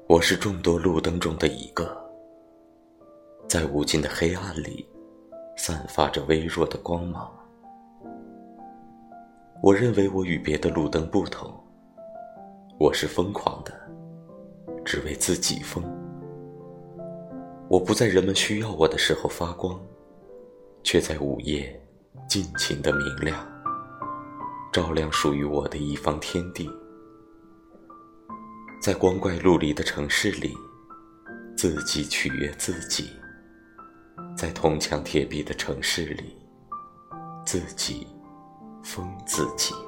我是众多路灯中的一个，在无尽的黑暗里散发着微弱的光芒。我认为我与别的路灯不同，我是疯狂的，只为自己疯。我不在人们需要我的时候发光，却在午夜尽情的明亮，照亮属于我的一方天地。在光怪陆离的城市里，自己取悦自己；在铜墙铁壁的城市里，自己疯自己。